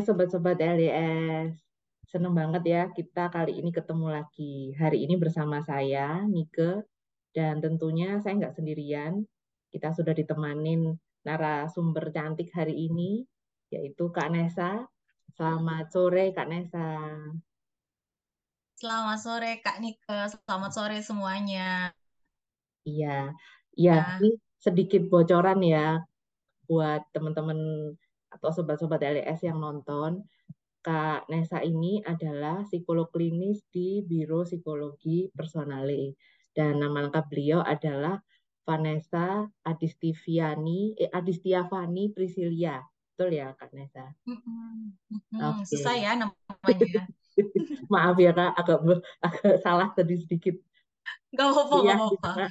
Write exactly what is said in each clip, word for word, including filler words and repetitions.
sobat-sobat L D S, seneng banget ya kita kali ini ketemu lagi. Hari ini bersama saya, Nike, dan tentunya saya nggak sendirian. Kita sudah ditemanin narasumber cantik hari ini, yaitu Kak Nesa. Selamat sore, Kak Nesa. Selamat sore Kak Nike, selamat sore semuanya. Iya, iya. Ini Ya, sedikit bocoran ya buat teman-teman atau sobat-sobat L D S yang nonton. Kak Nesa ini adalah psikolog klinis di Biro Psikologi Personale. Dan nama lengkap beliau adalah Vanessa Adistiviani, eh, Adistiavani Priscilia. Betul ya, Kak Nesa? mm-mm, mm-mm. Susah Oke. ya namanya. Maaf ya, Kak, agak, agak salah tadi sedikit. Gak apa-apa, Iya, gak gitu, apa-apa. Kak.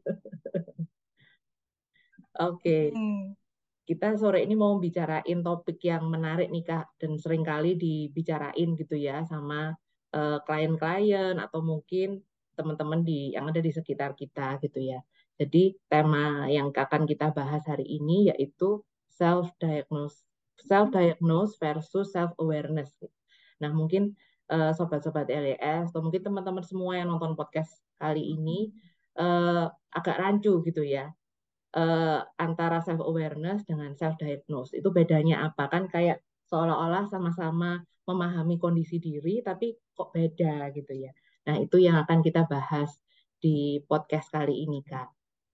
Oke. Mm, Kita sore ini mau bicarain topik yang menarik nih Kak, dan seringkali dibicarain gitu ya sama eh, klien-klien atau mungkin teman-teman di yang ada di sekitar kita gitu ya. Jadi tema yang akan kita bahas hari ini yaitu self diagnose, self diagnose versus self awareness. Nah, mungkin eh, sobat-sobat L E S atau mungkin teman-teman semua yang nonton podcast kali ini eh, agak rancu gitu ya eh, antara self awareness dengan self diagnose itu bedanya apa kan kayak seolah-olah sama-sama memahami kondisi diri tapi kok beda gitu ya. Nah, itu yang akan kita bahas di podcast kali ini, Kak.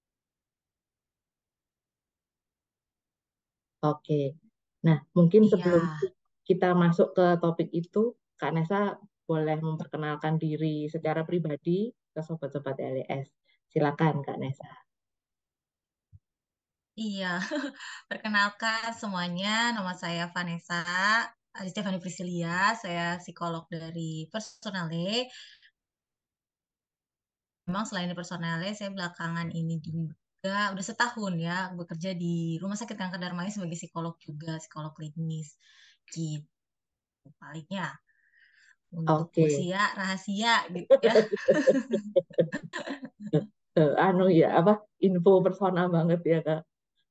Oke. Nah, mungkin Iya, sebelum kita masuk ke topik itu, Kak Nesa boleh memperkenalkan diri secara pribadi ke sobat-sobat L E S. Silakan, Kak Nesa. iya. Perkenalkan semuanya, nama saya Vanessa Stefani Priscilia, saya psikolog dari Personale. Memang selain di Personale, saya belakangan ini juga udah setahun ya bekerja di Rumah Sakit Kanker Darmais sebagai psikolog juga, psikolog klinis. Gitu palingnya. Untuk Oke. usia rahasia gitu ya. Eh, anu ya, apa info personal banget ya, Kak.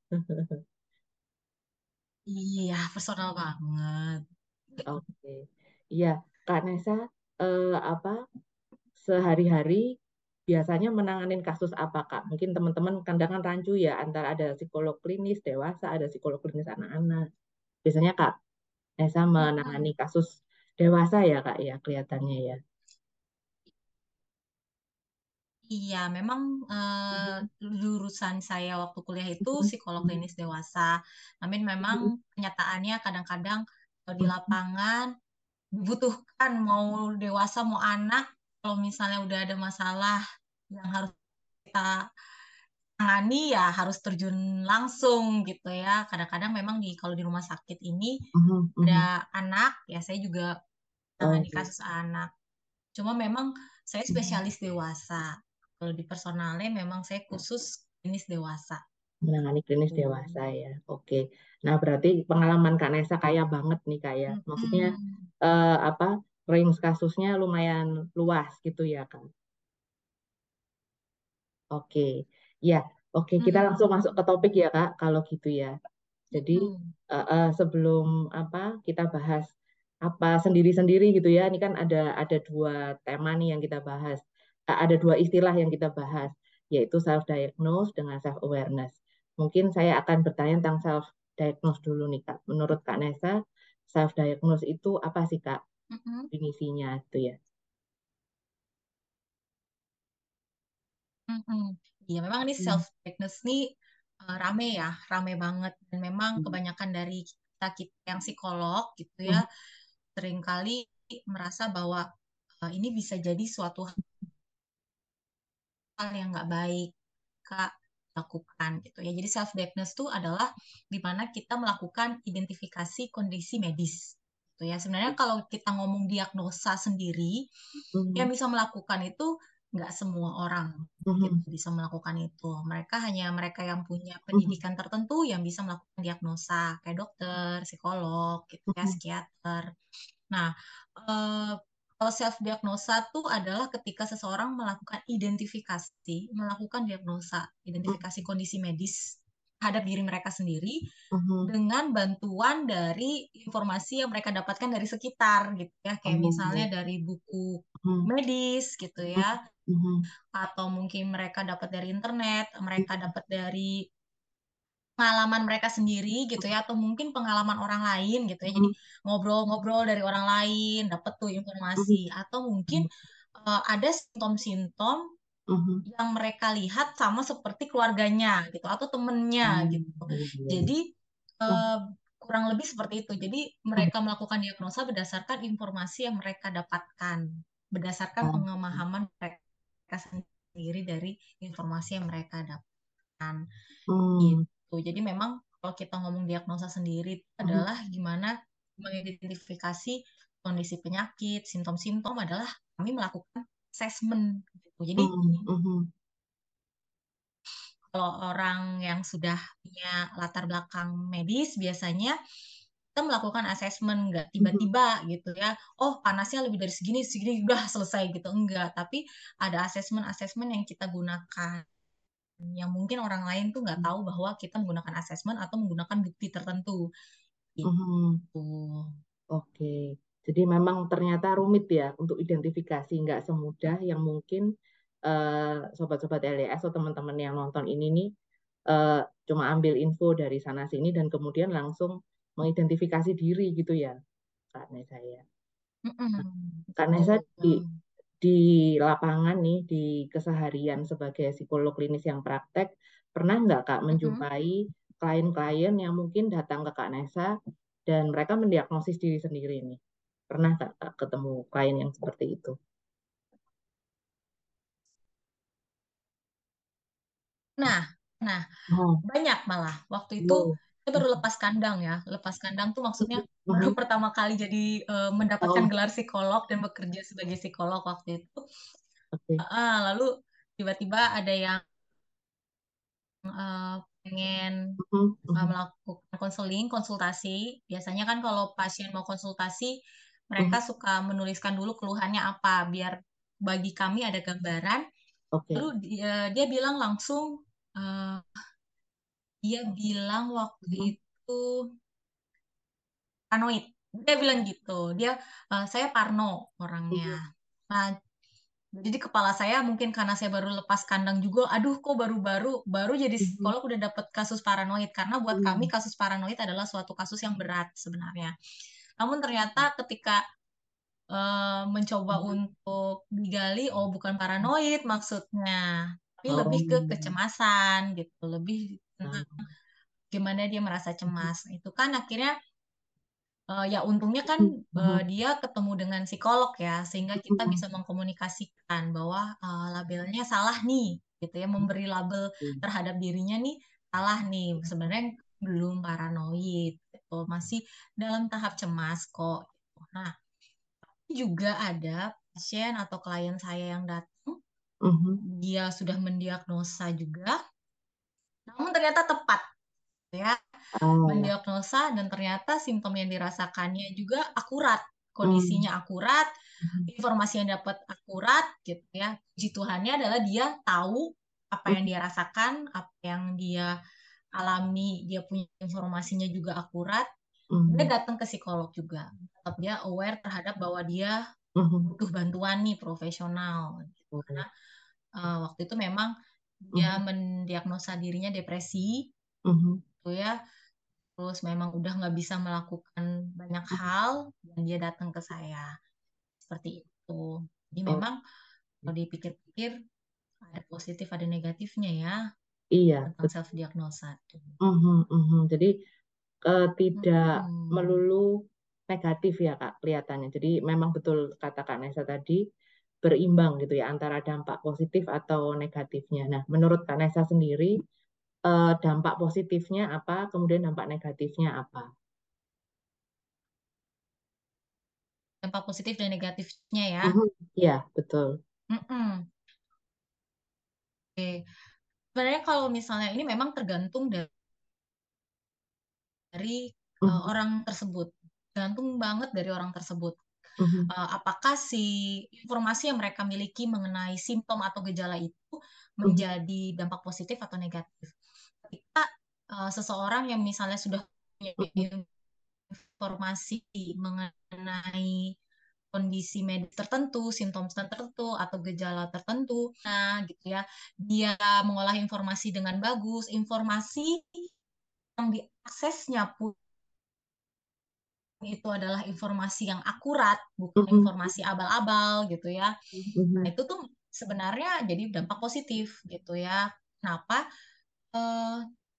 Iya, personal banget. Oke. Iya, Kak Nesa, eh, apa sehari-hari biasanya menanganin kasus apa, Kak? Mungkin teman-teman kadang kan rancu ya, antara ada psikolog klinis dewasa, ada psikolog klinis anak-anak. Biasanya Kak Nesa menangani Mm-mm. kasus dewasa ya, Kak, ya, kelihatannya ya. Iya, memang Mhm. eh, jurusan saya waktu kuliah itu Mhm. psikolog Mhm. klinis dewasa. Namun memang Mhm. kenyataannya kadang-kadang kalau di Mhm. lapangan dibutuhkan mau dewasa mau anak, kalau misalnya udah ada masalah yang harus kita tangani ya harus terjun langsung gitu ya. Kadang-kadang memang di kalau di rumah sakit ini Mhm. ada Mhm. anak, ya saya juga Oh, tangani kasus anak. Cuma memang saya mhm. spesialis dewasa. Kalau di personalnya memang saya khusus klinis dewasa. Menangani klinis Tuh. dewasa ya. Oke. Nah, berarti pengalaman Kak Nesa kaya banget nih, Kak ya. Maksudnya Mm-mm. eh, apa range kasusnya lumayan luas gitu ya, Kak. Oke. Ya, oke, kita langsung masuk ke Mm-mm. topik ya, Kak, kalau gitu ya. Jadi Mm-mm. eh, eh, sebelum apa kita bahas apa sendiri-sendiri gitu ya. Ini kan ada ada dua tema nih yang kita bahas. Eh, ada dua istilah yang kita bahas, yaitu self diagnose dengan self awareness. Mungkin saya akan bertanya tentang self diagnose dulu nih, Kak. Menurut Kak Nesa, self diagnose itu apa sih, Kak? Mm-mm. Definisinya itu ya. Mm-mm. Iya, memang ini Hmm. self diagnose nih eh, rame ya, rame banget. Dan memang Hmm. kebanyakan dari kita kita yang psikolog gitu ya, Hmm. seringkali merasa bahwa eh, ini bisa jadi suatu hal yang nggak baik Kak lakukan gitu ya. Jadi self diagnose itu adalah di mana kita melakukan identifikasi kondisi medis gitu ya. Sebenarnya kalau kita ngomong diagnosa sendiri, yang Hmm. bisa melakukan itu nggak semua orang gitu Hmm. bisa melakukan itu. Mereka hanya mereka yang punya Hmm. pendidikan tertentu yang bisa melakukan diagnosa kayak dokter, psikolog, gitu ya, Hmm. psikiater. Nah, eh, kalau self diagnosa tuh adalah ketika seseorang melakukan identifikasi, melakukan diagnosa, Hmm. identifikasi kondisi medis terhadap diri mereka sendiri Mhm. dengan bantuan dari informasi yang mereka dapatkan dari sekitar gitu ya, kayak misalnya Oh. dari buku Mhm. medis gitu Mhm. ya, Mhm. atau mungkin mereka dapat dari internet, mereka Mhm. dapat dari pengalaman mereka sendiri gitu ya, atau mungkin pengalaman orang lain gitu ya. Jadi Mhm. ngobrol-ngobrol dari orang lain, dapat tuh Mhm. informasi. Atau mungkin Mhm. eh, ada simptom-simptom Mhm. yang mereka lihat sama seperti keluarganya gitu atau temennya Hmm, gitu. iya, iya, iya. Jadi Oh, eh, kurang lebih seperti itu. Jadi mhm. mereka melakukan diagnosa berdasarkan informasi yang mereka dapatkan, berdasarkan Oh, pemahaman mereka sendiri dari informasi yang mereka dapatkan hmm, gitu. Jadi memang kalau kita ngomong diagnosa sendiri itu mhm. adalah gimana mengidentifikasi kondisi penyakit, simptom-simptom adalah kami melakukan assessment gitu. Jadi Mhm. Mhm. kalau orang yang sudah punya latar belakang medis biasanya kita melakukan assessment, nggak Mhm. tiba-tiba gitu ya, oh panasnya lebih dari segini segini udah selesai gitu, enggak, tapi ada assessment-assessment yang kita gunakan yang mungkin orang lain tuh nggak tahu bahwa kita menggunakan assessment atau menggunakan bukti tertentu Mhm. gitu. Oke, jadi memang ternyata rumit ya untuk identifikasi, nggak semudah yang mungkin eh, sobat-sobat L D S atau teman-teman yang nonton ini nih eh, cuma ambil info dari sana sini dan kemudian langsung mengidentifikasi diri gitu ya, Kak Nesa ya. Mm-mm, Kak Nesa betul. di, di lapangan nih, di keseharian sebagai psikolog klinis yang praktek, pernah nggak Kak Mm-mm. menjumpai klien-klien yang mungkin datang ke Kak Nesa dan mereka mendiagnosis diri sendiri nih? Pernah nggak Kak ketemu klien yang seperti itu? Nah, nah Oh, banyak malah. Waktu itu wow. saya baru lepas kandang ya. Lepas kandang tuh maksudnya baru Mhm. pertama kali jadi eh, mendapatkan Oh, gelar psikolog dan bekerja sebagai psikolog waktu itu. oke. Ah, lalu tiba-tiba ada yang eh, pengen Mhm. eh, Mhm. melakukan konseling, konsultasi. Biasanya kan kalau pasien mau konsultasi, mereka Mhm. suka menuliskan dulu keluhannya apa, biar bagi kami ada gambaran. Lalu Oke. dia, dia bilang langsung, eh, dia bilang waktu Mhm. itu paranoid. Dia bilang gitu. Dia, "Eh, saya parno orangnya." Mhm. Nah, jadi di kepala saya mungkin karena saya baru lepas kandang juga, aduh kok baru-baru baru jadi Mhm. psikolog udah dapet kasus paranoid. Karena buat kami Mhm. kasus paranoid adalah suatu kasus yang berat sebenarnya. Namun ternyata ketika eh, mencoba Mhm. untuk digali, oh bukan paranoid maksudnya, tapi lebih ke Oh. kecemasan gitu, lebih tentang Ah. gimana dia merasa Mhm. cemas. Itu kan akhirnya eh, ya untungnya kan eh, Mhm. dia ketemu dengan psikolog ya, sehingga kita Mhm. bisa mengkomunikasikan bahwa eh, labelnya salah nih, gitu ya, memberi label Mhm. terhadap dirinya nih salah nih, sebenarnya belum paranoid, gitu. Masih dalam tahap cemas kok. Gitu. Nah, juga ada pasien atau klien saya yang datang, Mhm. dia sudah mendiagnosa juga, namun ternyata tepat ya Ah. mendiagnosa dan ternyata simptom yang dirasakannya juga akurat, Mhm. kondisinya akurat, Mhm. informasi yang dapat akurat gitu ya. Puji Tuhannya adalah dia tahu apa yang dia rasakan, apa yang dia alami, dia punya informasinya juga akurat. Dia Mhm. datang ke psikolog juga. Tetap dia aware terhadap bahwa dia Mhm. butuh bantuan nih profesional. Gitu. Karena Oh. uh, waktu itu memang dia Mhm. mendiagnosa dirinya depresi, Mhm. gitu ya. Terus memang udah nggak bisa melakukan banyak Mhm. hal dan dia datang ke saya seperti itu. Jadi Oh, memang kalau dipikir-pikir ada positif ada negatifnya ya iya, tentang betul. self diagnosa tuh. Mhm. Mhm. Jadi eh, tidak Hmm. melulu negatif ya Kak kelihatannya. Jadi memang betul kata Kak Nesa tadi berimbang gitu ya antara dampak positif atau negatifnya. Nah, menurut Kak Nesa sendiri eh, dampak positifnya apa, kemudian dampak negatifnya apa? Dampak positif dan negatifnya ya. Mhm. Iya, betul. Mm-mm. Oke. Sebenarnya kalau misalnya ini memang tergantung dari uh, Mhm. orang tersebut. Tergantung banget dari orang tersebut. Mhm. Uh, apakah si informasi yang mereka miliki mengenai simptom atau gejala itu Mhm. menjadi dampak positif atau negatif? Ketika uh, seseorang yang misalnya sudah punya Mhm. informasi mengenai kondisi medis tertentu, simptom tertentu, atau gejala tertentu, nah gitu ya, dia mengolah informasi dengan bagus, informasi yang diaksesnya pun itu adalah informasi yang akurat, bukan Mhm. informasi abal-abal gitu ya. Nah, Mhm. itu tuh sebenarnya jadi dampak positif gitu ya. Kenapa? Eh,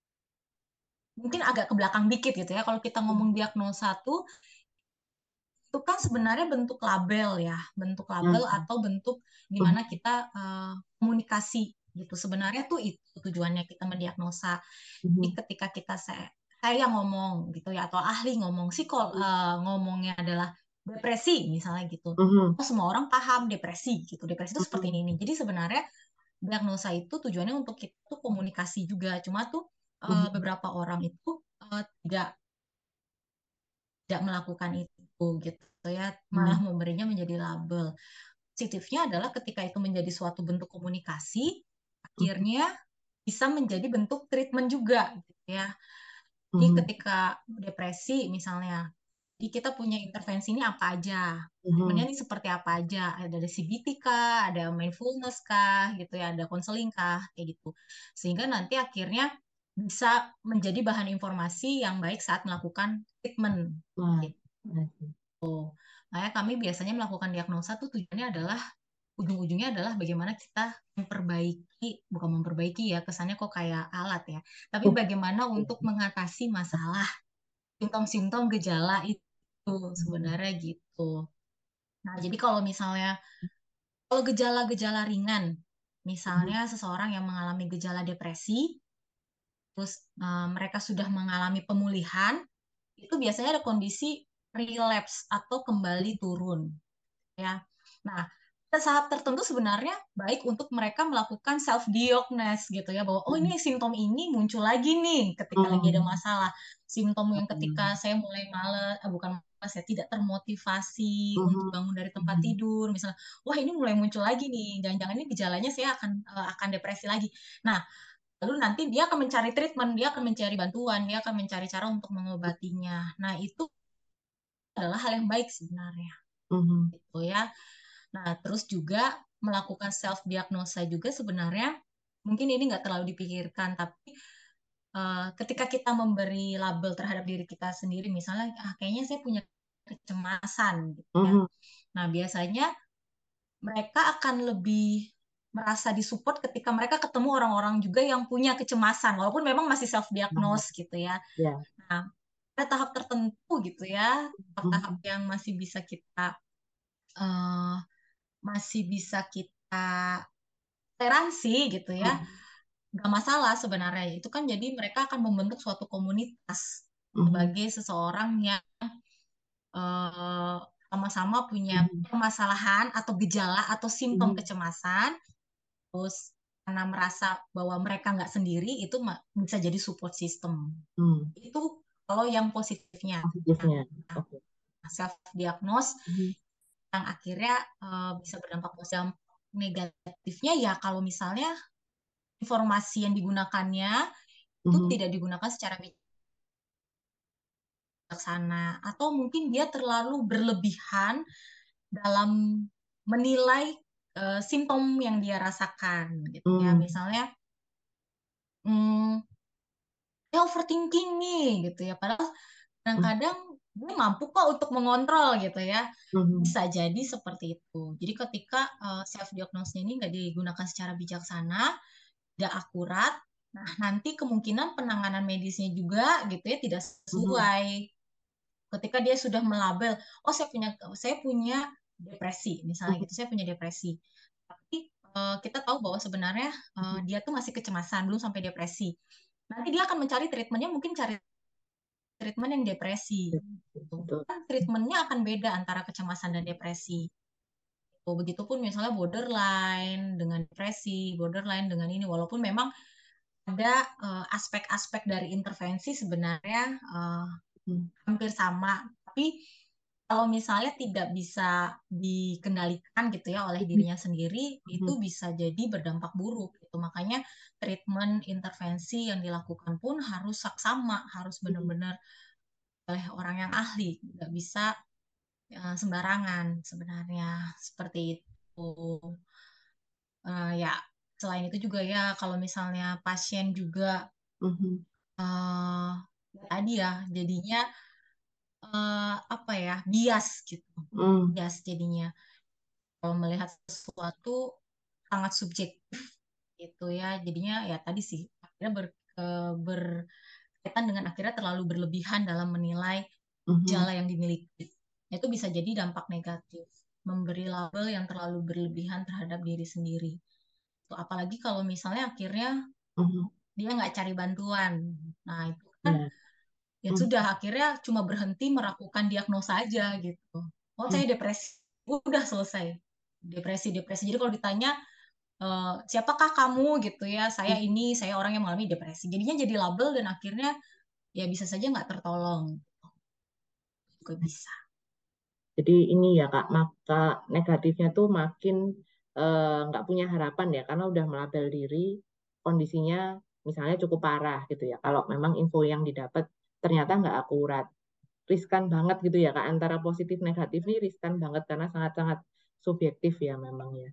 Mungkin agak ke belakang dikit gitu ya. Kalau kita ngomong diagnosa tuh, itu kan sebenarnya bentuk label ya, bentuk label Mhm. atau bentuk di mana Mhm. kita eh, komunikasi gitu. Sebenarnya tuh itu tujuannya kita mendiagnosa. Jadi Mhm. ketika kita saya, saya ngomong gitu ya, atau ahli ngomong, psikol eh, ngomongnya adalah depresi misalnya gitu. Mhm. Oh, semua orang paham depresi gitu. Depresi itu seperti Mhm. ini. Jadi sebenarnya diagnosa itu tujuannya untuk kita tuh komunikasi juga. Cuma tuh eh, Mhm. beberapa orang itu eh, tidak tidak melakukan itu gitu ya, malah Mhm. memberinya menjadi label. Positifnya adalah ketika itu menjadi suatu bentuk komunikasi, Mhm. akhirnya bisa menjadi bentuk treatment juga gitu ya. Jadi Mhm. ketika depresi misalnya, jadi kita punya intervensi ini apa aja? Treatmentnya Mhm. ini seperti apa aja? Ada dari C B T kah? Ada mindfulness kah? Gitu ya, ada konseling kah? Kayak gitu. Sehingga nanti akhirnya bisa menjadi bahan informasi yang baik saat melakukan treatment. Wah, Gitu. asik. Makanya kami biasanya melakukan diagnosa tuh tujuannya adalah ujung-ujungnya adalah bagaimana kita memperbaiki, bukan memperbaiki ya, kesannya kok kayak alat ya, tapi bagaimana untuk mengatasi masalah simptom-simptom gejala itu Mhm. sebenarnya gitu. Nah, jadi kalau misalnya kalau gejala-gejala ringan, Mhm. misalnya seseorang yang mengalami gejala depresi, terus eh, mereka sudah mengalami pemulihan, itu biasanya ada kondisi relapse atau kembali turun ya. Nah, pada saat tertentu sebenarnya baik untuk mereka melakukan self diagnose gitu ya, bahwa oh ini simptom ini muncul lagi nih ketika lagi ada Mhm. masalah. Simptom yang ketika Mhm. saya mulai males, ah, bukan malas ya, tidak termotivasi untuk Mhm. bangun dari tempat Mhm. tidur, misalnya, wah ini mulai muncul lagi nih, jangan-jangan ini gejalanya saya akan eh, akan depresi lagi. Nah, lalu nanti dia akan mencari treatment, dia akan mencari bantuan, dia akan mencari cara untuk mengobatinya. Nah, itu adalah hal yang baik sebenarnya Mhm. gitu ya. Nah, terus juga melakukan self diagnosa juga sebenarnya mungkin ini nggak terlalu dipikirkan, tapi eh, ketika kita memberi label terhadap diri kita sendiri, misalnya, ah, kayaknya saya punya kecemasan, gitu ya. Mhm. Nah, biasanya mereka akan lebih merasa disupport ketika mereka ketemu orang-orang juga yang punya kecemasan, walaupun memang masih self Nah, diagnose gitu ya. ya. Nah, ada tahap tertentu gitu ya, tahap-tahap Mhm. yang masih bisa kita eh, masih bisa kita toleransi gitu ya, Mhm. nggak masalah sebenarnya. Itu kan jadi mereka akan membentuk suatu komunitas Mhm. sebagai seseorang yang eh, sama-sama punya Mhm. permasalahan atau gejala atau simptom Mhm. kecemasan, terus karena merasa bahwa mereka nggak sendiri, itu bisa jadi support system. Mhm. Itu kalau yang positifnya, Positifnya. Oke. self diagnose Mhm. yang akhirnya eh, bisa berdampak positif. Negatifnya ya kalau misalnya informasi yang digunakannya itu Mhm. tidak digunakan secara bijaksana atau mungkin dia terlalu berlebihan dalam menilai eh, simptom yang dia rasakan gitu ya, Mhm. misalnya hmm, dia overthinking nih gitu ya, padahal Mhm. kadang-kadang dia mampu kok untuk mengontrol gitu ya, Mhm. bisa jadi seperti itu. Jadi ketika uh, self diagnosis ini nggak digunakan secara bijaksana, tidak akurat, nah nanti kemungkinan penanganan medisnya juga gitu ya tidak Mhm. sesuai. Ketika dia sudah melabel, oh saya punya saya punya depresi misalnya Mhm. gitu, saya punya depresi, tapi eh, kita tahu bahwa sebenarnya eh, Mhm. dia tuh masih kecemasan, belum sampai depresi. Nanti dia akan mencari treatmentnya, mungkin cari treatment yang depresi gitu. Betul. Kan treatmentnya akan beda antara kecemasan dan depresi. Oh, begitupun misalnya borderline dengan depresi, borderline dengan ini, walaupun memang ada eh, aspek-aspek dari intervensi sebenarnya eh, Mhm. hampir sama, tapi kalau misalnya tidak bisa dikendalikan gitu ya oleh Mhm. dirinya sendiri, itu Mhm. bisa jadi berdampak buruk. gitu. Makanya treatment intervensi yang dilakukan pun harus saksama, harus benar-benar oleh orang yang ahli, nggak bisa uh, sembarangan sebenarnya seperti itu. Uh, ya selain itu juga ya kalau misalnya pasien juga Mhm. uh, tadi ya jadinya uh, apa ya bias gitu, Mm. bias jadinya kalau melihat sesuatu sangat subjektif gitu ya jadinya ya tadi sih akhirnya ber, eh, berkaitan dengan akhirnya terlalu berlebihan dalam menilai Mhm. gejala yang dimiliki. Itu bisa jadi dampak negatif, memberi label yang terlalu berlebihan terhadap diri sendiri. Tuh, apalagi kalau misalnya akhirnya Mhm. dia nggak cari bantuan. Nah, itu kan Ya. ya Mhm. sudah akhirnya cuma berhenti melakukan diagnosa aja gitu. Oh, Mhm. saya depresi. Udah selesai. Depresi, depresi. Jadi kalau ditanya eh, siapakah kamu gitu ya, saya ini, saya orang yang mengalami depresi. Jadinya jadi label dan akhirnya ya bisa saja nggak tertolong. Juga bisa. Jadi ini ya Kak, maka negatifnya tuh makin eh, nggak punya harapan ya, karena udah melabel diri kondisinya misalnya cukup parah gitu ya. Kalau memang info yang didapat ternyata nggak akurat, riskan banget gitu ya Kak. Antara positif negatif ini riskan banget karena sangat-sangat subjektif ya memang ya.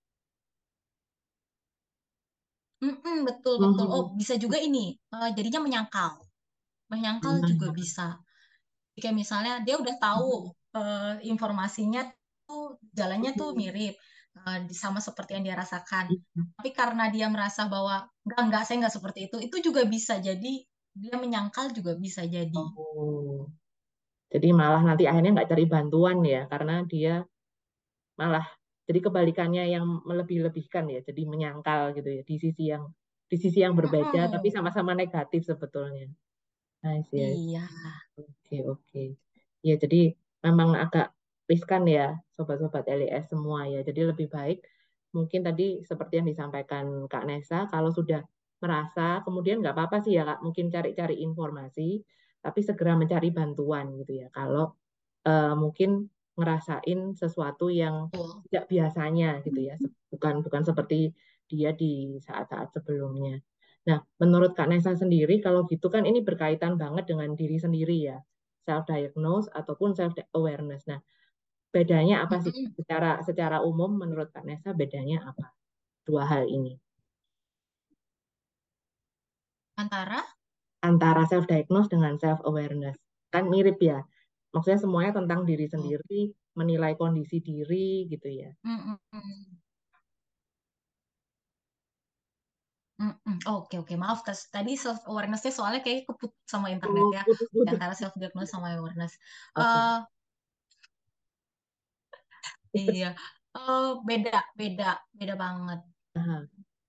Mm-mm, betul betul. Oh, Mhm. bisa juga ini. eh, jadinya menyangkal. Menyangkal juga Nah, bisa. Kayak misalnya dia udah tahu mhm. eh, informasinya tuh jalannya tuh Mhm. mirip eh, di- sama seperti yang dia rasakan. Mhm. Tapi karena dia merasa bahwa enggak enggak saya enggak seperti itu, itu juga bisa jadi dia menyangkal juga bisa jadi. Oh, jadi malah nanti akhirnya nggak cari bantuan ya, karena dia malah jadi kebalikannya yang melebih-lebihkan ya, jadi menyangkal gitu ya di sisi yang di sisi yang berbeda tapi Mm-mm. sama-sama negatif sebetulnya. Nice ya. Iya, Oke, oke. Ya, jadi memang agak riskan ya, sobat-sobat L I S semua ya. Jadi lebih baik mungkin tadi seperti yang disampaikan Kak Nesa, kalau sudah merasa, kemudian nggak apa-apa sih ya Kak, mungkin cari-cari informasi, tapi segera mencari bantuan gitu ya. Kalau eh, mungkin ngerasain sesuatu yang betul. tidak biasanya gitu ya, bukan bukan seperti dia di saat-saat sebelumnya. Nah, menurut Kak Nesa sendiri, kalau gitu kan ini berkaitan banget dengan diri sendiri ya, self-diagnose ataupun self-awareness. Nah, bedanya apa sih? Mm-mm. Secara secara umum menurut Kak Nesa bedanya apa? Dua hal ini. Antara Antara self-diagnose dengan self-awareness. Kan mirip ya. Maksudnya semuanya tentang diri oh, sendiri, menilai kondisi diri gitu ya. mm-mm. Mm-mm. Oke, oke. Maaf, tas- tadi self awareness-nya soalnya kayak keputus sama internet Oh, ya, di putus-putus. antara self diagnosis sama awareness. Oke. Eh iya, Eh beda, beda, beda banget. Aha.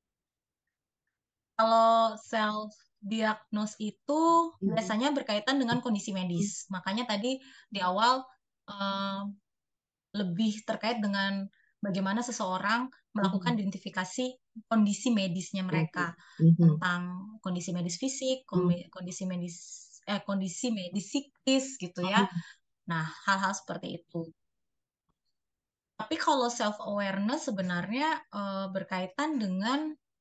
Kalau self diagnose itu Mhm. biasanya berkaitan dengan kondisi medis. Makanya tadi di awal eh, lebih terkait dengan bagaimana seseorang melakukan Mhm. identifikasi kondisi medisnya Oke. mereka Mhm. tentang kondisi medis fisik, Mhm. komi- kondisi medis eh kondisi medis psikis gitu ya. Mhm. Nah, hal-hal seperti itu. Tapi kalau self awareness sebenarnya eh, berkaitan dengan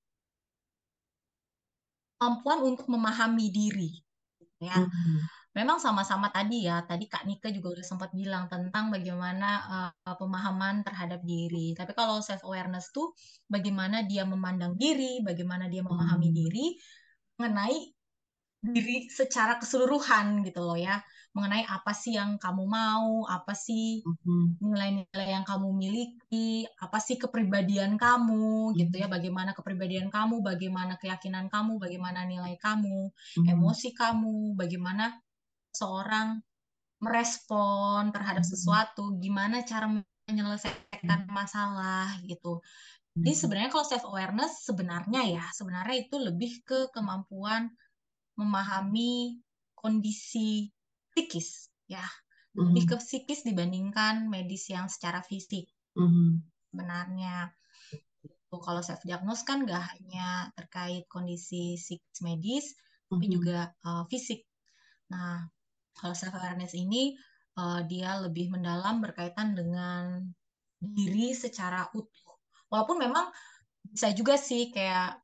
kemampuan untuk memahami diri ya. Mhm. Memang sama-sama tadi ya, tadi Kak Nika juga udah sempat bilang tentang bagaimana uh, pemahaman terhadap diri. Tapi kalau self awareness tuh bagaimana dia memandang diri, bagaimana dia memahami Mhm. diri mengenai diri secara keseluruhan gitu loh ya. Mengenai apa sih yang kamu mau, apa sih Mhm. nilai-nilai yang kamu miliki, apa sih kepribadian kamu gitu ya, Mhm. bagaimana kepribadian kamu, bagaimana keyakinan kamu, bagaimana nilai kamu, Mhm. emosi kamu, bagaimana seorang merespon terhadap Mhm. sesuatu, gimana cara menyelesaikan masalah gitu. Jadi Mhm. sebenarnya kalau self awareness sebenarnya ya, sebenarnya itu lebih ke kemampuan memahami kondisi psikis ya, lebih ke Mhm. psikis dibandingkan medis yang secara fisik Mhm. sebenarnya. Tuh, kalau self diagnose kan nggak hanya terkait kondisi psikis medis, tapi Mhm. juga uh, fisik. Nah, kalau self awareness ini uh, dia lebih mendalam berkaitan dengan diri secara utuh. Walaupun memang bisa juga sih kayak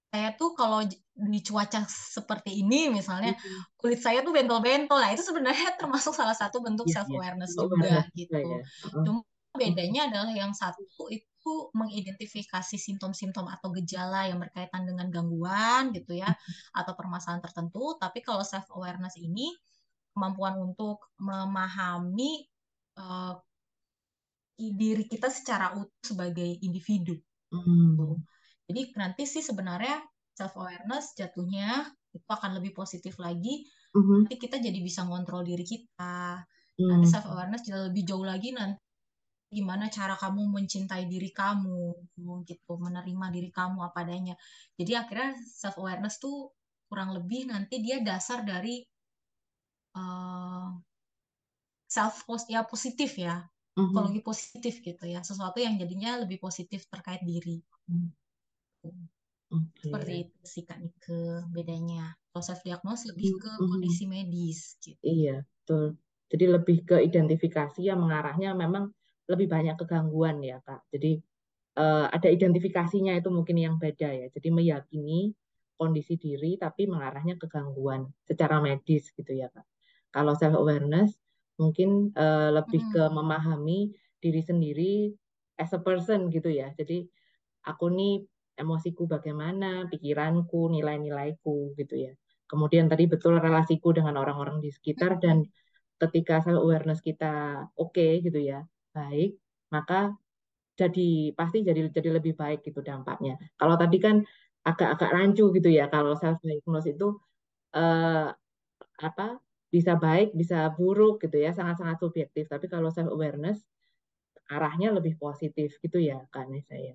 saya tuh kalau j- di cuaca seperti ini misalnya Mhm. kulit saya tuh bentol-bentol. Nah, itu sebenarnya termasuk salah satu bentuk Iya, self iya. awareness Awareness juga juga ya. gitu. Heeh. Cuma Mhm. bedanya adalah yang satu itu mengidentifikasi simptom-simptom atau gejala yang berkaitan dengan gangguan gitu ya atau permasalahan tertentu, tapi kalau self awareness ini kemampuan untuk memahami eh, diri kita secara utuh sebagai individu. Mhm. Jadi nanti sih sebenarnya self awareness jatuhnya itu akan lebih positif lagi. Mhm. Nanti kita jadi bisa ngontrol diri kita. Nanti Mhm. self awareness jadi lebih jauh lagi nanti gimana cara kamu mencintai diri kamu gitu, menerima diri kamu apa adanya. Jadi akhirnya self awareness tuh kurang lebih nanti dia dasar dari uh, self ya positif ya. Mhm. Psikologi positif gitu ya. Sesuatu yang jadinya lebih positif terkait diri. Mhm. Seperti Oke. itu sih Kak Nike bedanya. Kalau self diagnose lebih Mhm. ke Mhm. kondisi medis gitu. Iya, betul. Jadi lebih ke identifikasi yang mengarahnya memang lebih banyak ke gangguan ya, Kak. Jadi eh, ada identifikasinya itu mungkin yang beda ya. Jadi meyakini kondisi diri tapi mengarahnya ke gangguan secara medis gitu ya, Kak. Kalau self awareness mungkin eh, lebih ke Mm-mm. memahami diri sendiri as a person gitu ya. Jadi aku nih emosiku bagaimana, pikiranku, nilai-nilaiku gitu ya. Kemudian tadi betul relasiku dengan orang-orang di sekitar dan Mm-mm. ketika self awareness kita oke okay, gitu ya, baik, maka jadi pasti jadi jadi lebih baik gitu dampaknya. Kalau tadi kan agak-agak rancu gitu ya, kalau self diagnose itu eh, apa bisa baik, bisa buruk gitu ya, sangat-sangat subjektif. Tapi kalau self awareness arahnya lebih positif gitu ya, kan saya.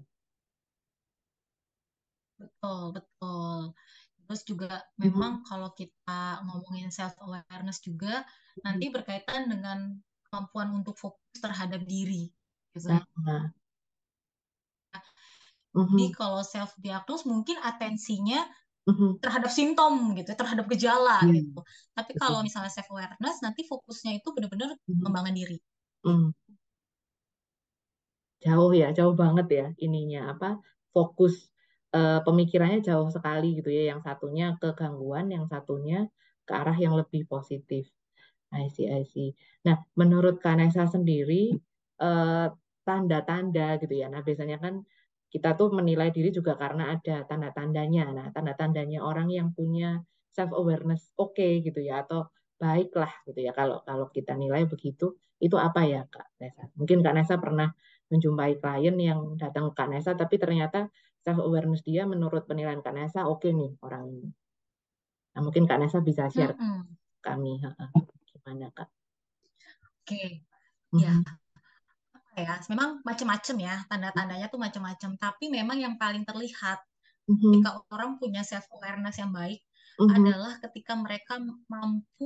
Betul, betul. Terus juga memang Mhm. kalau kita ngomongin self awareness juga nanti Mhm. berkaitan dengan kemampuan untuk fokus terhadap diri gitu. Nah, nah. Jadi Mhm. kalau self diagnose mungkin atensinya Mhm. terhadap simptom gitu, terhadap gejala gitu. Hmm, Tapi kalau betul. misalnya self awareness nanti fokusnya itu benar-benar Mhm. pengembangan diri. Gitu. Hmm. Jauh ya, jauh banget ya ininya apa fokus eh, pemikirannya jauh sekali gitu ya. Yang satunya ke gangguan, yang satunya ke arah yang lebih positif. I see, I see. Nah, menurut Kanesa sendiri eh, tanda-tanda gitu ya. Nah, biasanya kan kita tuh menilai diri juga karena ada tanda-tandanya. Nah, tanda-tandanya orang yang punya self awareness oke gitu ya atau baiklah gitu ya. Kalau kalau kita nilai begitu, itu apa ya Kak Nesa? Mungkin Kak Nesa pernah menjumpai klien yang datang ke Kak Nesa tapi ternyata self awareness dia menurut penilaian Kak Nesa oke nih orang ini. Nah, mungkin Kak Nesa bisa share ke Mm-mm. kami. Heeh. Gimana Kak? Oke, ya Mhm. apa ya. Memang macam-macam ya tanda-tandanya tuh macam-macam. Tapi memang yang paling terlihat ketika Mhm. orang punya self awareness yang baik Mhm. adalah ketika mereka mampu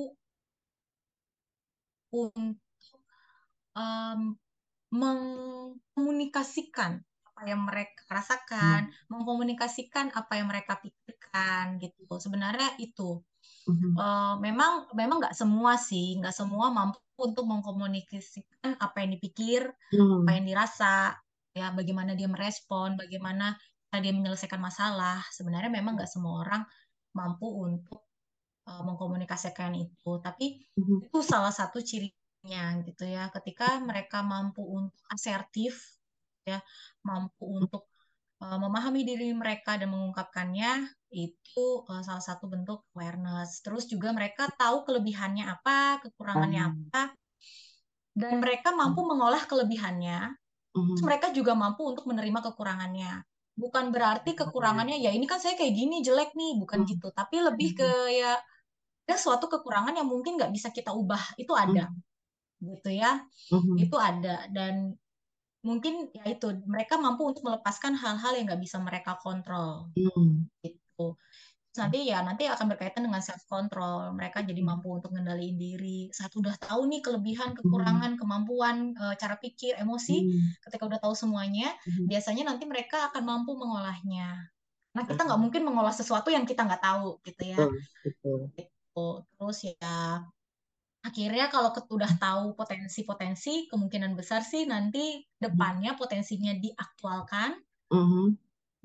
untuk um, mengkomunikasikan apa yang mereka rasakan, Mhm. mengkomunikasikan apa yang mereka pikirkan gitu. Sebenarnya itu Mhm. Eh, memang memang nggak semua sih, nggak semua mampu untuk mengkomunikasikan apa yang dipikir, apa Mhm. yang dirasa, ya bagaimana dia merespon, bagaimana cara dia menyelesaikan masalah. Sebenarnya memang nggak semua orang mampu untuk eh, mengkomunikasikan itu, tapi Mhm. itu salah satu cirinya gitu ya. Ketika mereka mampu untuk asertif, ya, mampu untuk eh, memahami diri mereka dan mengungkapkannya, itu eh, salah satu bentuk awareness. Terus juga mereka tahu kelebihannya apa, kekurangannya Ah. apa, dan mereka mampu mengolah kelebihannya. Terus Mhm. mereka juga mampu untuk menerima kekurangannya. Bukan berarti kekurangannya ya ini kan saya kayak gini jelek nih, bukan Mhm. gitu. Tapi lebih ke ya ada suatu kekurangan yang mungkin nggak bisa kita ubah, itu ada Mhm. gitu ya, Mhm. itu ada. Dan mungkin ya itu mereka mampu untuk melepaskan hal-hal yang nggak bisa mereka kontrol Mhm. gitu. Terus nanti ya nanti akan berkaitan dengan self control, mereka jadi Mhm. mampu untuk mengendalikan diri saat udah tahu nih kelebihan Mhm. kekurangan kemampuan eh, cara pikir emosi. Mhm. Ketika udah tahu semuanya, Mhm. biasanya nanti mereka akan mampu mengolahnya. Nah, kita nggak Ah, mungkin mengolah sesuatu yang kita nggak tahu gitu ya. betul, betul. Gitu. Terus ya akhirnya kalau ket- udah tahu potensi-potensi, kemungkinan besar sih nanti Mhm. depannya potensinya diaktualkan, Mhm.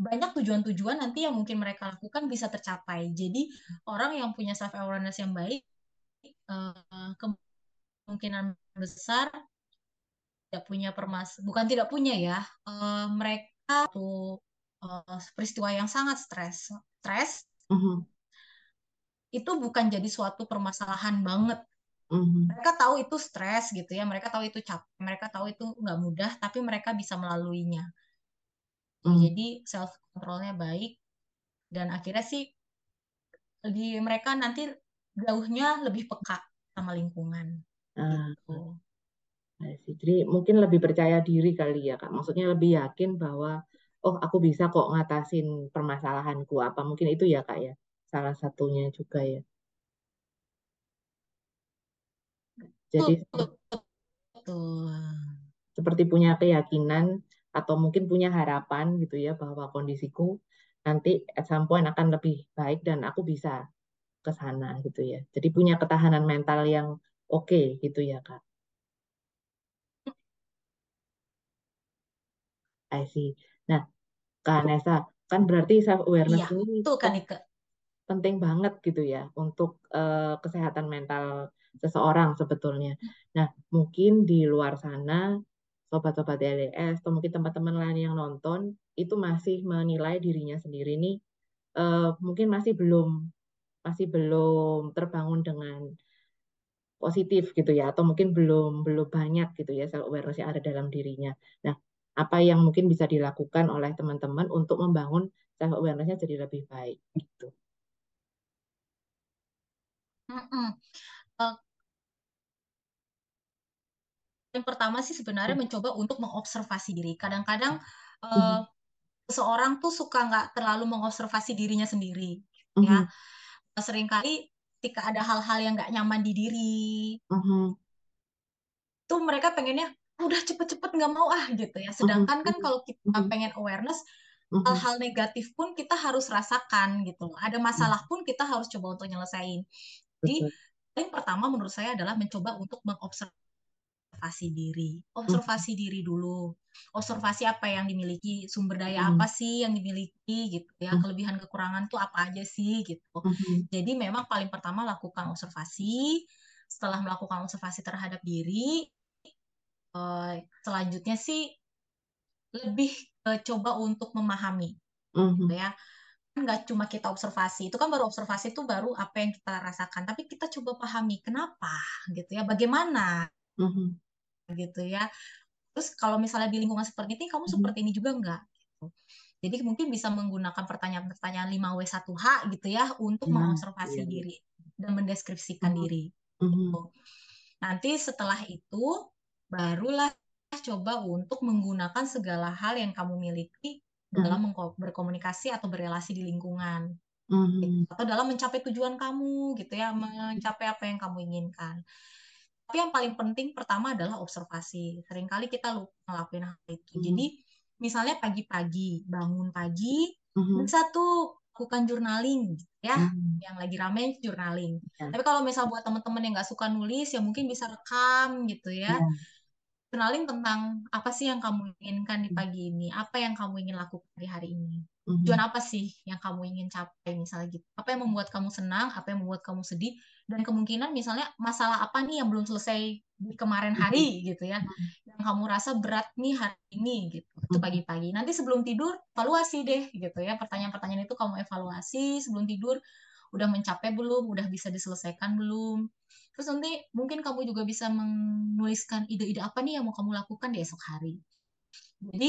banyak tujuan-tujuan nanti yang mungkin mereka lakukan bisa tercapai. Jadi orang yang punya self awareness yang baik, eh, kemungkinan besar tidak punya permas, bukan tidak punya ya, eh, mereka tuh eh, peristiwa yang sangat stres, stres Mhm. itu bukan jadi suatu permasalahan banget. Mhm. Mereka tahu itu stres gitu ya, mereka tahu itu capek, mereka tahu itu nggak mudah, tapi mereka bisa melaluinya. Ya, Mhm. jadi self controlnya baik dan akhirnya sih di mereka nanti jauhnya lebih peka sama lingkungan Ah, gitu. I see. Jadi mungkin lebih percaya diri kali ya, Kak. Maksudnya lebih yakin bahwa, oh aku bisa kok ngatasin permasalahanku apa. Mungkin itu ya, Kak ya. Salah satunya juga ya. Jadi Betul, betul. seperti punya keyakinan atau mungkin punya harapan gitu ya bahwa kondisiku nanti at some point akan lebih baik dan aku bisa ke sana gitu ya. Jadi punya ketahanan mental yang oke gitu ya, Kak. I see. Nah, Kak Nesa, kan berarti self awareness Iya, ini betul kan Ike? penting banget gitu ya untuk eh, kesehatan mental seseorang sebetulnya. Nah, mungkin di luar sana, sobat-sobat L D S atau mungkin teman-teman lain yang nonton itu masih menilai dirinya sendiri nih eh, mungkin masih belum masih belum terbangun dengan positif gitu ya, atau mungkin belum belum banyak gitu ya self awareness yang ada dalam dirinya. Nah, apa yang mungkin bisa dilakukan oleh teman-teman untuk membangun self awareness-nya jadi lebih baik gitu. Mm-mm. Eh, yang pertama sih sebenarnya mencoba untuk mengobservasi diri. Kadang-kadang eh, Mhm. seseorang tuh suka nggak terlalu mengobservasi dirinya sendiri, ya. Mhm. Seringkali ketika ada hal-hal yang nggak nyaman di diri, Mhm. tuh mereka pengennya udah cepet-cepet nggak mau ah gitu ya. Mhm. Sedangkan kan Mhm. kalau kita Mhm. pengen awareness, Mhm. hal-hal negatif pun kita harus rasakan gitu. Ada Mhm. masalah pun kita harus coba untuk nyelesain. Jadi Betul. paling pertama menurut saya adalah mencoba untuk mengobservasi observasi diri. Mhm. Observasi diri dulu. Observasi apa yang dimiliki, sumber daya apa Mhm. sih yang dimiliki gitu ya. Mhm. Kelebihan kekurangan tuh apa aja sih gitu. Mhm. Jadi memang paling pertama lakukan observasi. Setelah melakukan observasi terhadap diri, eh, selanjutnya sih lebih eh, coba untuk memahami gitu Mhm. ya. Kan nggak cuma kita observasi, itu kan baru observasi itu baru apa yang kita rasakan, tapi kita coba pahami kenapa gitu ya, bagaimana Mhm. gitu ya. Terus kalau misalnya di lingkungan seperti ini, kamu Mhm. seperti ini juga enggak? Gitu. Jadi mungkin bisa menggunakan pertanyaan-pertanyaan lima W satu H gitu ya untuk Nah, mengobservasi iya, iya. diri dan mendeskripsikan Mhm. diri. Mhm. Gitu. Nanti setelah itu barulah coba untuk menggunakan segala hal yang kamu miliki Mhm. dalam berkomunikasi atau berrelasi di lingkungan. Gitu. Mhm. Atau dalam mencapai tujuan kamu gitu ya, mencapai apa yang kamu inginkan. Tapi yang paling penting pertama adalah observasi. Seringkali kita lupa ngelakuin hal itu. Jadi Mhm. misalnya pagi-pagi, bangun pagi, Mhm. bisa tuh lakukan journaling gitu ya. Mhm. Yang lagi rame journaling. Ya, Tapi kalau misal buat teman-teman yang nggak suka nulis, ya mungkin bisa rekam gitu ya. ya. Journaling tentang apa sih yang kamu inginkan di pagi ini, apa yang kamu ingin lakukan di hari ini. Tujuan Mhm. apa sih yang kamu ingin capai misalnya gitu. Apa yang membuat kamu senang, apa yang membuat kamu sedih, dan kemungkinan misalnya masalah apa nih yang belum selesai di kemarin Mhm. hari gitu ya. Yang kamu rasa berat nih hari ini gitu. Itu Mhm. pagi-pagi. Nanti sebelum tidur, evaluasi deh gitu ya. Pertanyaan-pertanyaan itu kamu evaluasi sebelum tidur, udah mencapai belum, udah bisa diselesaikan belum. Terus nanti mungkin kamu juga bisa menuliskan ide-ide apa nih yang mau kamu lakukan di esok hari. Jadi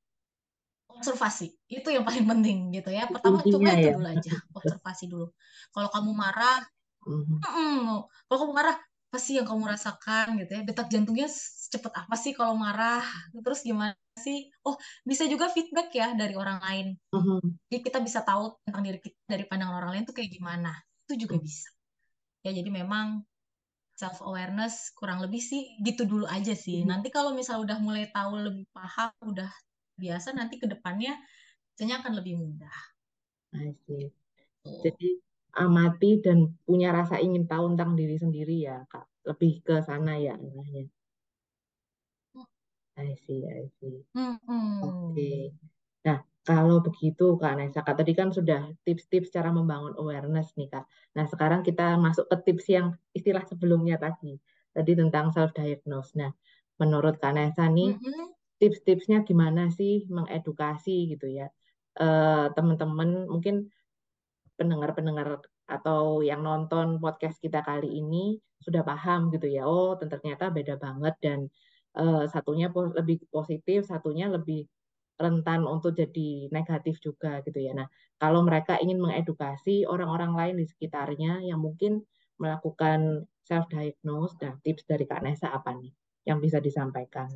observasi itu yang paling penting gitu ya. Itu Pertama coba kuncinya itu ya. dulu aja, observasi dulu. Kalau kamu marah, Mhm. mm, kalau kamu marah apa sih yang kamu rasakan gitu ya? Detak jantungnya secepat apa sih kalau marah? Terus gimana sih? Oh, bisa juga feedback ya dari orang lain. Mhm. Jadi kita bisa tahu tentang diri kita dari pandangan orang lain tuh kayak gimana. Itu juga Mhm. bisa. Ya jadi memang self awareness kurang lebih sih gitu dulu aja sih. Mhm. Nanti kalau misal udah mulai tahu lebih paham, udah biasa nanti ke depannya biasanya akan lebih mudah. I see. Tuh. Jadi amati dan punya rasa ingin tahu tentang diri sendiri ya, Kak. Lebih ke sana ya arahnya. I see, I see. Hmm, Oke. hmm. Nah, Kalau begitu Kak Nesa, Kak tadi kan sudah tips-tips cara membangun awareness nih Kak. Nah sekarang kita masuk ke tips yang istilah sebelumnya tadi, tadi tentang self diagnose. Nah menurut Kak Nesa nih Mm-mm. tips-tipsnya gimana sih mengedukasi gitu ya eh, teman-teman mungkin pendengar-pendengar atau yang nonton podcast kita kali ini sudah paham gitu ya. Oh, ternyata beda banget dan eh, satunya po- lebih positif, satunya lebih rentan untuk jadi negatif juga gitu ya. Nah, kalau mereka ingin mengedukasi orang-orang lain di sekitarnya yang mungkin melakukan self diagnose, nah tips dari Kak Nesa apa nih yang bisa disampaikan?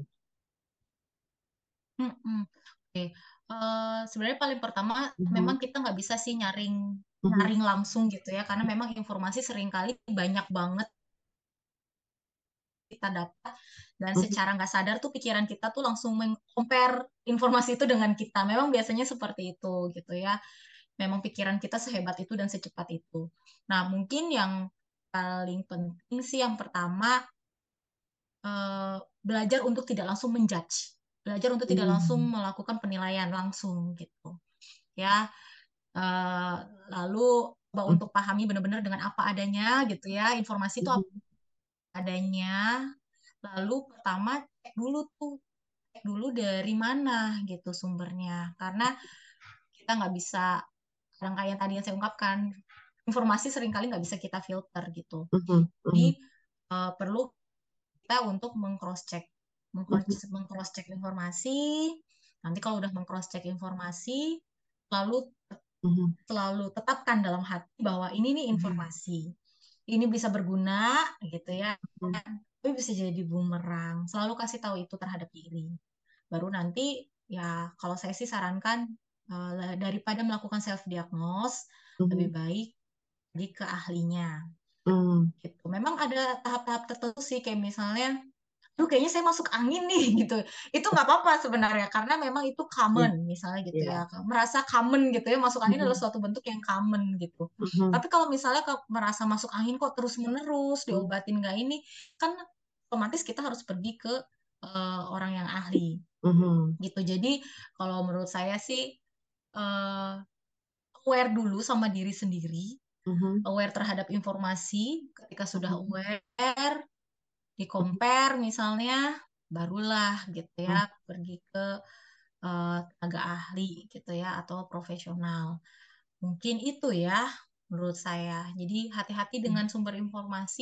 Mm-mm. Oke. Eh, sebenarnya paling pertama memang Mhm, kita nggak bisa sih nyaring mhm, nyaring langsung gitu ya, karena memang informasi seringkali banyak banget kita dapat, dan mhm, secara nggak sadar tuh pikiran kita tuh langsung meng-compare informasi itu dengan kita. Memang biasanya seperti itu gitu ya. Memang pikiran kita sehebat itu dan secepat itu. Nah, mungkin yang paling penting sih yang pertama, eh, belajar untuk tidak langsung menjudge, belajar untuk tidak langsung mhm, melakukan penilaian langsung gitu ya. Eh, Lalu coba mhm, untuk pahami benar-benar dengan apa adanya gitu ya, informasi itu apa mhm, adanya. Lalu pertama cek dulu tuh, cek dulu dari mana gitu sumbernya, karena kita nggak bisa, kadang kayak tadi yang saya ungkapkan, informasi seringkali nggak bisa kita filter gitu. mhm, Jadi mhm, eh, perlu kita untuk meng-cross check, mhm, meng-cross check informasi. Nanti kalau udah meng-cross check informasi, lalu mhm, selalu tetapkan dalam hati bahwa ini nih mhm, informasi, ini bisa berguna gitu ya, mhm, tapi bisa jadi bumerang. Selalu kasih tahu itu terhadap diri. Baru nanti ya, kalau saya sih sarankan, eh, daripada melakukan self diagnose, lebih mhm, baik pergi ke ahlinya mhm. gitu. Memang ada tahap-tahap tertentu sih, kayak misalnya, aduh kayaknya saya masuk angin nih gitu. Itu nggak apa-apa sebenarnya, karena memang itu Iya, common misalnya gitu ya. iya. Merasa common gitu ya, masuk angin adalah Mhm, suatu bentuk yang common gitu. mhm, Tapi kalau misalnya ke, merasa masuk angin kok terus-menerus, mhm, diobatin nggak ini, kan otomatis kita harus pergi ke eh, orang yang ahli mhm, gitu. Jadi kalau menurut saya sih, eh, aware dulu sama diri sendiri, mhm, aware terhadap informasi. Ketika sudah mhm, aware, di mhm, compare misalnya, barulah gitu ya mhm, pergi ke eh, tenaga ahli gitu ya, atau profesional. Mungkin itu ya menurut saya. Jadi hati-hati dengan mhm, sumber informasi,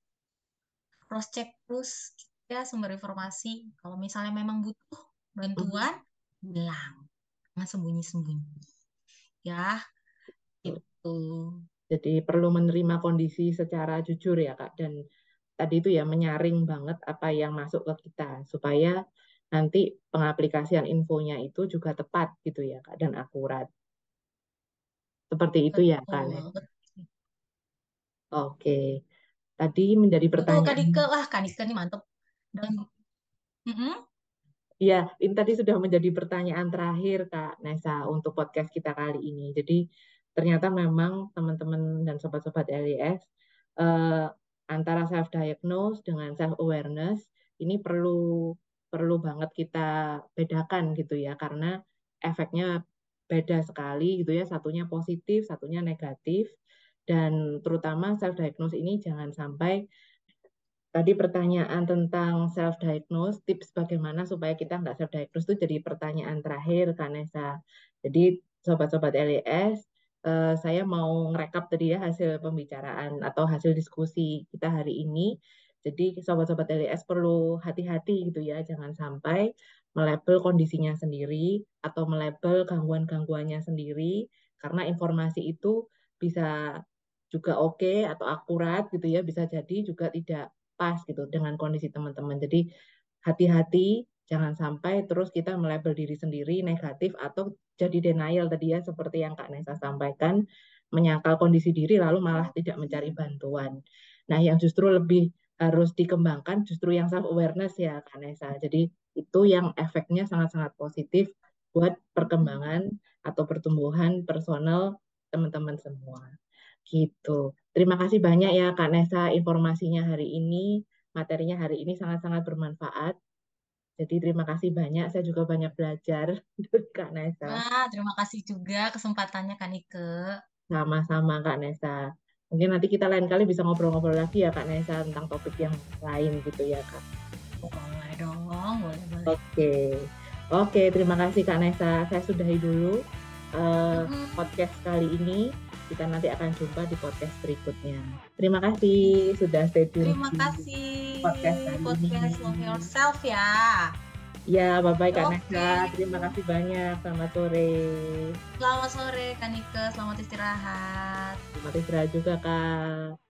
cross check terus ya sumber informasi. Kalau misalnya memang butuh mhm. bantuan, bilang, jangan sembunyi-sembunyi ya, Betul. itu. Jadi perlu menerima kondisi secara jujur ya Kak. Dan tadi itu ya menyaring banget apa yang masuk ke kita supaya nanti pengaplikasian infonya itu juga tepat gitu ya Kak dan akurat. Seperti itu ya Kak Betul, Nesa. betul. Oke. Tadi menjadi Betul, Kak pertanyaan. Dika. Wah, Kak Dika nih mantep. Dan, mm-mm. Ya, ini tadi sudah menjadi pertanyaan terakhir Kak Nesa untuk podcast kita kali ini. Jadi ternyata memang teman-teman dan sobat-sobat L I S eh, antara self diagnose dengan self awareness ini perlu perlu banget kita bedakan gitu ya karena efeknya beda sekali gitu ya. Satunya positif, satunya negatif dan terutama self diagnose ini jangan sampai tadi pertanyaan tentang self diagnose, tips bagaimana supaya kita nggak self diagnose itu jadi pertanyaan terakhir, Kanesa. Jadi sobat-sobat L I S, eh, saya mau ngerekap tadi ya hasil pembicaraan atau hasil diskusi kita hari ini. Jadi sobat-sobat L I S perlu hati-hati gitu ya, jangan sampai melabel kondisinya sendiri atau melabel gangguan-gangguannya sendiri, karena informasi itu bisa juga oke atau akurat gitu ya, bisa jadi juga tidak pas gitu dengan kondisi teman-teman. Jadi hati-hati jangan sampai terus kita melabel diri sendiri negatif atau jadi denial tadi ya seperti yang Kak Nesa sampaikan, menyangkal kondisi diri lalu malah tidak mencari bantuan. Nah, yang justru lebih harus dikembangkan justru yang self awareness ya Kak Nesa. Jadi itu yang efeknya sangat-sangat positif buat perkembangan atau pertumbuhan personal teman-teman semua. Gitu. Terima kasih banyak ya Kak Nesa informasinya hari ini. Materinya hari ini sangat-sangat bermanfaat. Jadi terima kasih banyak, saya juga banyak belajar dari Kak Nesa. Wah, terima kasih juga kesempatannya Kak Nike. Sama-sama Kak Nesa. Mungkin nanti kita lain kali bisa ngobrol-ngobrol lagi ya Kak Nesa tentang topik yang lain gitu ya Kak. Boleh dong, boleh, boleh. Oke, oke terima kasih Kak Nesa. Saya sudahi dulu uh, Mm-mm. podcast kali ini. Kita nanti akan jumpa di podcast berikutnya. Terima kasih sudah stay tune Terima di kasih podcast kali ini. podcast Love Yourself ya. Ya, bye-bye Kak Oke. Nesa. Terima kasih banyak. Selamat sore. Selamat sore Kak Nike, selamat istirahat. Selamat istirahat juga Kak.